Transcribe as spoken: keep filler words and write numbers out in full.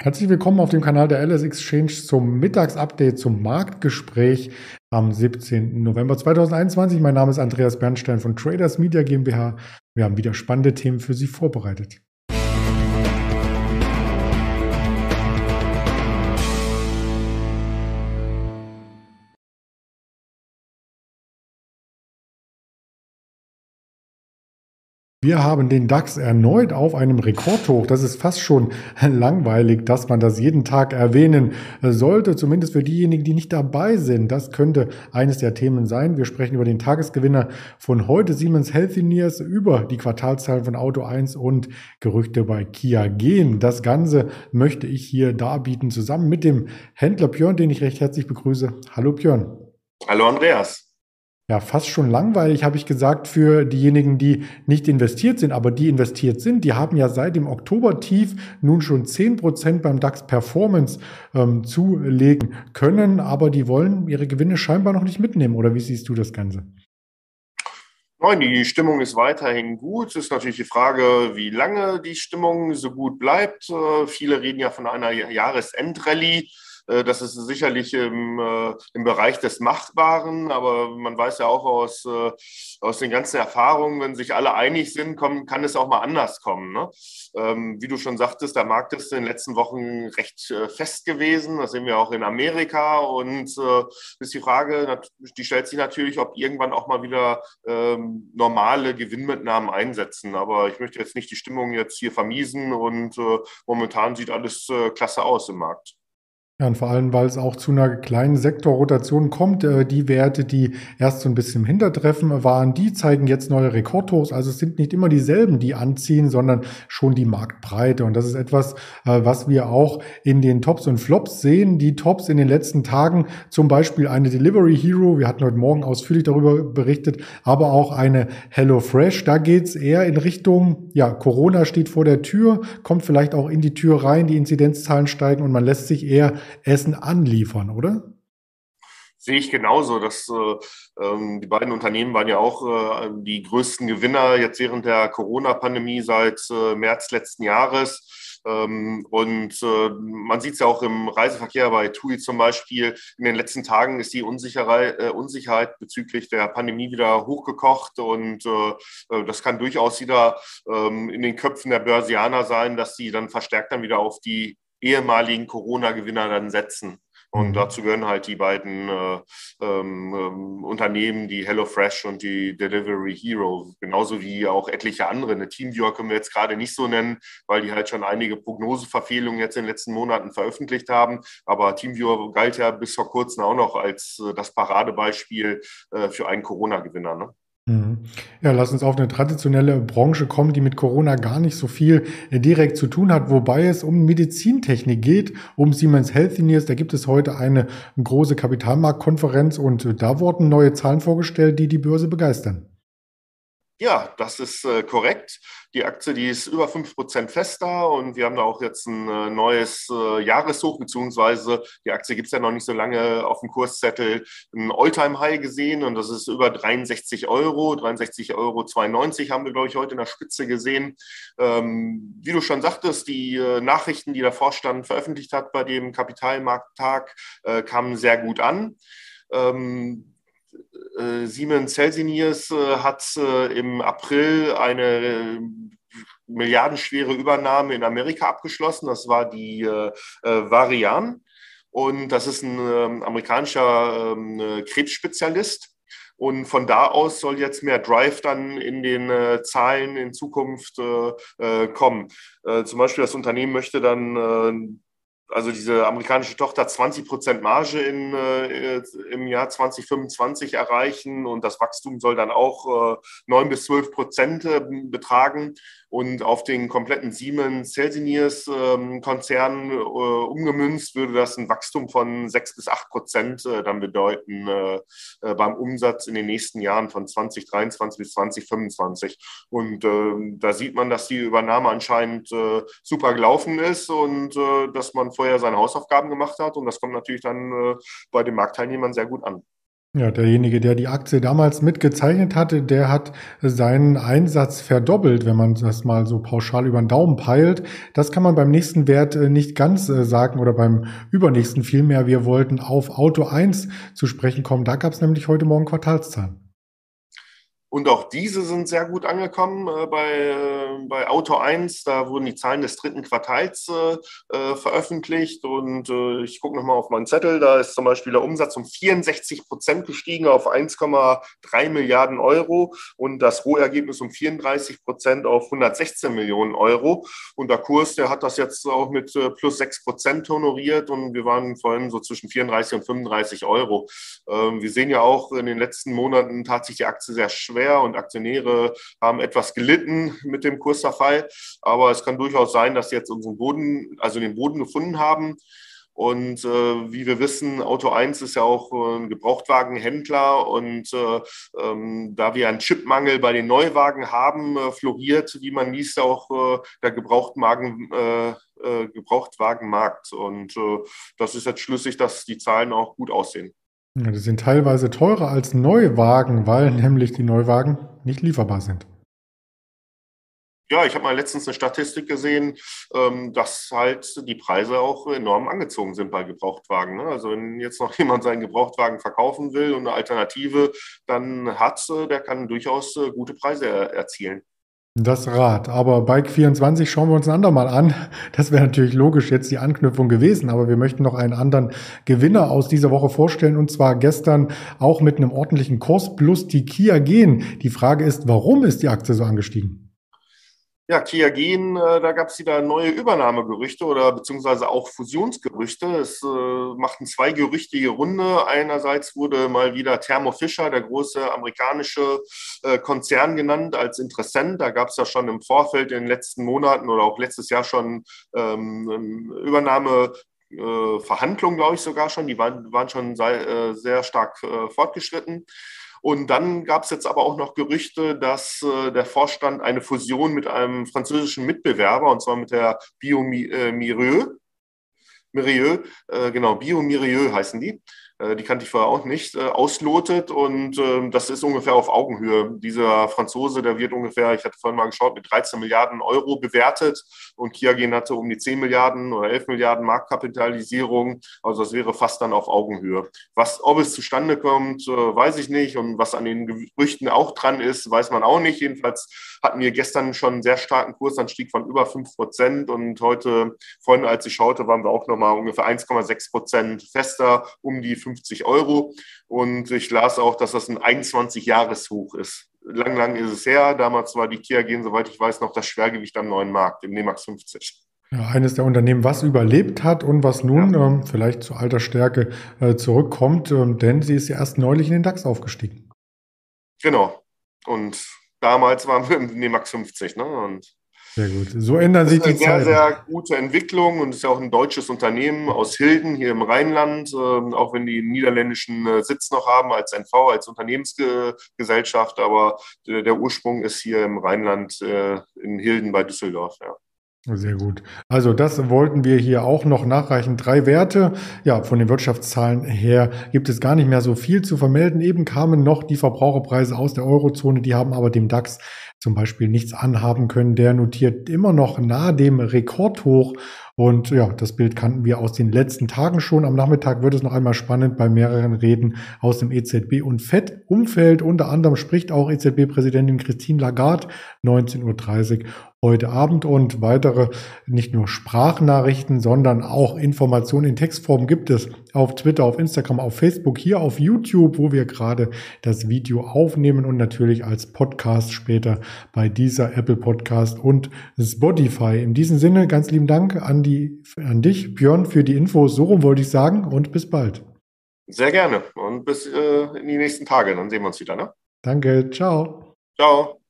Herzlich willkommen auf dem Kanal der L S Exchange zum Mittagsupdate zum Marktgespräch am siebzehnten November zweitausendeinundzwanzig. Mein Name ist Andreas Bernstein von Traders Media GmbH. Wir haben wieder spannende Themen für Sie vorbereitet. Wir haben den DAX erneut auf einem Rekordhoch. Das ist fast schon langweilig, dass man das jeden Tag erwähnen sollte, zumindest für diejenigen, die nicht dabei sind. Das könnte eines der Themen sein. Wir sprechen über den Tagesgewinner von heute, Siemens Healthineers, über die Quartalszahlen von Auto eins und Gerüchte bei Kia gehen. Das Ganze möchte ich hier darbieten, zusammen mit dem Händler Björn, den ich recht herzlich begrüße. Hallo Björn. Hallo Andreas. Ja, fast schon langweilig, habe ich gesagt, für diejenigen, die nicht investiert sind, aber die investiert sind, die haben ja seit dem Oktobertief nun schon zehn Prozent beim DAX Performance ähm, zulegen können, aber die wollen ihre Gewinne scheinbar noch nicht mitnehmen, oder wie siehst du das Ganze? Nein, die Stimmung ist weiterhin gut. Es ist natürlich die Frage, wie lange die Stimmung so gut bleibt. Äh, viele reden ja von einer Jahresendrallye. Das ist sicherlich im, äh, im Bereich des Machbaren, aber man weiß ja auch aus, äh, aus den ganzen Erfahrungen, wenn sich alle einig sind, kommen, kann es auch mal anders kommen. Ne? Ähm, wie du schon sagtest, der Markt ist in den letzten Wochen recht äh, fest gewesen. Das sehen wir auch in Amerika. Und äh, ist die Frage, die stellt sich natürlich, ob irgendwann auch mal wieder ähm, normale Gewinnmitnahmen einsetzen. Aber ich möchte jetzt nicht die Stimmung jetzt hier vermiesen und äh, momentan sieht alles äh, klasse aus im Markt. Ja, und vor allem, weil es auch zu einer kleinen Sektorrotation kommt. Äh, die Werte, die erst so ein bisschen im Hintertreffen waren, die zeigen jetzt neue Rekordhochs. Also es sind nicht immer dieselben, die anziehen, sondern schon die Marktbreite. Und das ist etwas, äh, was wir auch in den Tops und Flops sehen. Die Tops in den letzten Tagen, zum Beispiel eine Delivery Hero. Wir hatten heute Morgen ausführlich darüber berichtet, aber auch eine HelloFresh. Da geht's eher in Richtung, ja, Corona steht vor der Tür, kommt vielleicht auch in die Tür rein, die Inzidenzzahlen steigen und man lässt sich eher Essen anliefern, oder? Sehe ich genauso. Dass, äh, ähm, die beiden Unternehmen waren ja auch äh, die größten Gewinner jetzt während der Corona-Pandemie seit äh, März letzten Jahres. Ähm, und äh, man sieht es ja auch im Reiseverkehr bei T U I zum Beispiel. In den letzten Tagen ist die Unsicherheit, äh, Unsicherheit bezüglich der Pandemie wieder hochgekocht. Und äh, das kann durchaus wieder ähm, in den Köpfen der Börsianer sein, dass sie dann verstärkt dann wieder auf die ehemaligen Corona-Gewinner dann setzen. Und Mhm. dazu gehören halt die beiden äh, ähm, ähm, Unternehmen, die HelloFresh und die Delivery Hero, genauso wie auch etliche andere. Eine TeamViewer können wir jetzt gerade nicht so nennen, weil die halt schon einige Prognoseverfehlungen jetzt in den letzten Monaten veröffentlicht haben. Aber TeamViewer galt ja bis vor kurzem auch noch als äh, das Paradebeispiel äh, für einen Corona-Gewinner. Ne? Mhm. Ja, lass uns auf eine traditionelle Branche kommen, die mit Corona gar nicht so viel äh, direkt zu tun hat, wobei es um Medizintechnik geht, um Siemens Healthineers. Da gibt es heute eine große Kapitalmarktkonferenz und äh, da wurden neue Zahlen vorgestellt, die die Börse begeistern. Ja, das ist äh, korrekt. Die Aktie, die ist über fünf Prozent fester und wir haben da auch jetzt ein äh, neues äh, Jahreshoch, beziehungsweise die Aktie gibt es ja noch nicht so lange auf dem Kurszettel, ein All-Time-High gesehen und das ist über dreiundsechzig Euro, dreiundsechzig Euro zweiundneunzig haben wir, glaube ich, heute in der Spitze gesehen. Ähm, wie du schon sagtest, die äh, Nachrichten, die der Vorstand veröffentlicht hat bei dem Kapitalmarkttag, äh, kamen sehr gut an. Ähm, Äh, Siemens Healthineers äh, hat äh, im April eine äh, milliardenschwere Übernahme in Amerika abgeschlossen. Das war die äh, äh, Varian. Und das ist ein äh, amerikanischer ähm, äh, Krebsspezialist. Und von da aus soll jetzt mehr Drive dann in den äh, Zahlen in Zukunft äh, äh, kommen. Äh, zum Beispiel das Unternehmen möchte dann äh, also diese amerikanische Tochter zwanzig Prozent Marge in, äh, im Jahr zwanzig fünfundzwanzig erreichen und das Wachstum soll dann auch äh, neun bis zwölf Prozent äh, betragen und auf den kompletten Siemens Healthineers äh, Konzern äh, umgemünzt würde das ein Wachstum von sechs bis acht Prozent äh, dann bedeuten äh, äh, beim Umsatz in den nächsten Jahren von zwanzig dreiundzwanzig bis zwanzig fünfundzwanzig. Und äh, da sieht man, dass die Übernahme anscheinend äh, super gelaufen ist und äh, dass man vorher seine Hausaufgaben gemacht hat. Und das kommt natürlich dann äh, bei den Marktteilnehmern sehr gut an. Ja, derjenige, der die Aktie damals mitgezeichnet hatte, der hat seinen Einsatz verdoppelt, wenn man das mal so pauschal über den Daumen peilt. Das kann man beim nächsten Wert äh, nicht ganz äh, sagen oder beim übernächsten vielmehr. Wir wollten auf Auto eins zu sprechen kommen. Da gab es nämlich heute Morgen Quartalszahlen. Und auch diese sind sehr gut angekommen äh, bei, äh, bei Auto eins. Da wurden die Zahlen des dritten Quartals äh, veröffentlicht. Und äh, ich gucke nochmal auf meinen Zettel. Da ist zum Beispiel der Umsatz um vierundsechzig Prozent gestiegen auf eins Komma drei Milliarden Euro und das Rohergebnis um vierunddreißig Prozent auf hundertsechzehn Millionen Euro. Und der Kurs, der hat das jetzt auch mit äh, plus sechs Prozent honoriert. Und wir waren vorhin so zwischen vierunddreißig und fünfunddreißig Euro. Ähm, wir sehen ja auch, in den letzten Monaten tat sich die Aktie sehr schwer. Und Aktionäre haben etwas gelitten mit dem Kursverfall. Aber es kann durchaus sein, dass sie jetzt unseren Boden, also den Boden gefunden haben. Und äh, wie wir wissen, Auto eins ist ja auch äh, ein Gebrauchtwagenhändler. Und äh, ähm, da wir einen Chipmangel bei den Neuwagen haben, äh, floriert, wie man liest, auch äh, der Gebrauchtwagen, äh, äh, Gebrauchtwagenmarkt. Und äh, das ist jetzt schlüssig, dass die Zahlen auch gut aussehen. Ja, die sind teilweise teurer als Neuwagen, weil nämlich die Neuwagen nicht lieferbar sind. Ja, ich habe mal letztens eine Statistik gesehen, dass halt die Preise auch enorm angezogen sind bei Gebrauchtwagen. Also wenn jetzt noch jemand seinen Gebrauchtwagen verkaufen will und eine Alternative dann hat, der kann durchaus gute Preise erzielen. Das Rad. Aber Bike vierundzwanzig schauen wir uns ein andermal an. Das wäre natürlich logisch jetzt die Anknüpfung gewesen, aber wir möchten noch einen anderen Gewinner aus dieser Woche vorstellen und zwar gestern auch mit einem ordentlichen Kurs plus die Kia Gen. Die Frage ist, warum ist die Aktie so angestiegen? Ja, Kia Gen, äh, da gab es wieder neue Übernahmegerüchte oder beziehungsweise auch Fusionsgerüchte. Es äh, machten zwei Gerüchte die Runde. Einerseits wurde mal wieder Thermo Fisher, der große amerikanische äh, Konzern, genannt als Interessent. Da gab es ja schon im Vorfeld in den letzten Monaten oder auch letztes Jahr schon ähm, Übernahme. Äh, Verhandlungen, glaube ich sogar schon. Die waren, waren schon sehr, äh, sehr stark äh, fortgeschritten. Und dann gab es jetzt aber auch noch Gerüchte, dass äh, der Vorstand eine Fusion mit einem französischen Mitbewerber, und zwar mit der Biomérieux, Mérieux, äh, genau, Biomérieux heißen die, äh, die kannte ich vorher auch nicht, äh, auslotet und äh, das ist ungefähr auf Augenhöhe. Dieser Franzose, der wird ungefähr, ich hatte vorhin mal geschaut, mit dreizehn Milliarden Euro bewertet und Kia Gen hatte um die zehn Milliarden oder elf Milliarden Marktkapitalisierung, also das wäre fast dann auf Augenhöhe. Was, ob es zustande kommt, äh, weiß ich nicht und was an den Gerüchten auch dran ist, weiß man auch nicht. Jedenfalls hatten wir gestern schon einen sehr starken Kursanstieg von über fünf Prozent und heute, vorhin als ich schaute, waren wir auch nochmal ungefähr eins Komma sechs Prozent fester, um die fünfzig Euro. Und ich las auch, dass das ein einundzwanzig-Jahres-Hoch ist. Lang, lang ist es her. Damals war die Kia Gen, soweit ich weiß, noch das Schwergewicht am neuen Markt, im NEMAX fünfzig. Ja, eines der Unternehmen, was überlebt hat und was nun ja. ähm, vielleicht zu alter Stärke äh, zurückkommt, ähm, denn sie ist ja erst neulich in den DAX aufgestiegen. Genau. Und damals waren wir im NEMAX fünfzig. Ne? Und sehr gut. So ändern sich die Zeiten. Das ist eine sehr, sehr gute Entwicklung und ist ja auch ein deutsches Unternehmen aus Hilden hier im Rheinland, äh, auch wenn die einen niederländischen äh, Sitz noch haben als N V, als Unternehmensgesellschaft, aber der, der Ursprung ist hier im Rheinland äh, in Hilden bei Düsseldorf. Ja. Sehr gut. Also das wollten wir hier auch noch nachreichen. Drei Werte. Ja, von den Wirtschaftszahlen her gibt es gar nicht mehr so viel zu vermelden. Eben kamen noch die Verbraucherpreise aus der Eurozone. Die haben aber dem DAX zum Beispiel nichts anhaben können. Der notiert immer noch nahe dem Rekordhoch. Und ja, das Bild kannten wir aus den letzten Tagen schon. Am Nachmittag wird es noch einmal spannend bei mehreren Reden aus dem E Z B- und F E D-Umfeld. Unter anderem spricht auch E Z B-Präsidentin Christine Lagarde neunzehn Uhr dreißig heute Abend und weitere nicht nur Sprachnachrichten, sondern auch Informationen in Textform gibt es auf Twitter, auf Instagram, auf Facebook, hier auf YouTube, wo wir gerade das Video aufnehmen und natürlich als Podcast später bei dieser Apple Podcast und Spotify. In diesem Sinne ganz lieben Dank an die, an dich, Björn, für die Infos. So rum wollte ich sagen und bis bald. Sehr gerne und bis äh, in die nächsten Tage. Dann sehen wir uns wieder. Ne? Danke, ciao. Ciao.